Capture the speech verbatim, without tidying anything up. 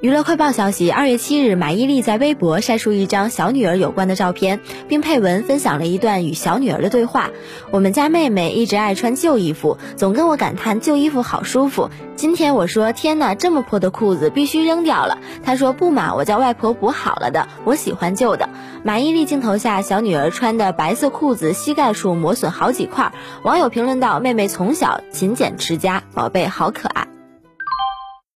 娱乐快报消息，二月七日，马伊琍在微博晒出一张小女儿有关的照片，并配文分享了一段与小女儿的对话。我们家妹妹一直爱穿旧衣服，总跟我感叹旧衣服好舒服。今天我说天哪，这么破的裤子必须扔掉了。她说不嘛，我叫外婆补好了的，我喜欢旧的。马伊琍镜头下，小女儿穿的白色裤子膝盖处磨损好几块，网友评论道：妹妹从小勤俭持家，宝贝好可爱。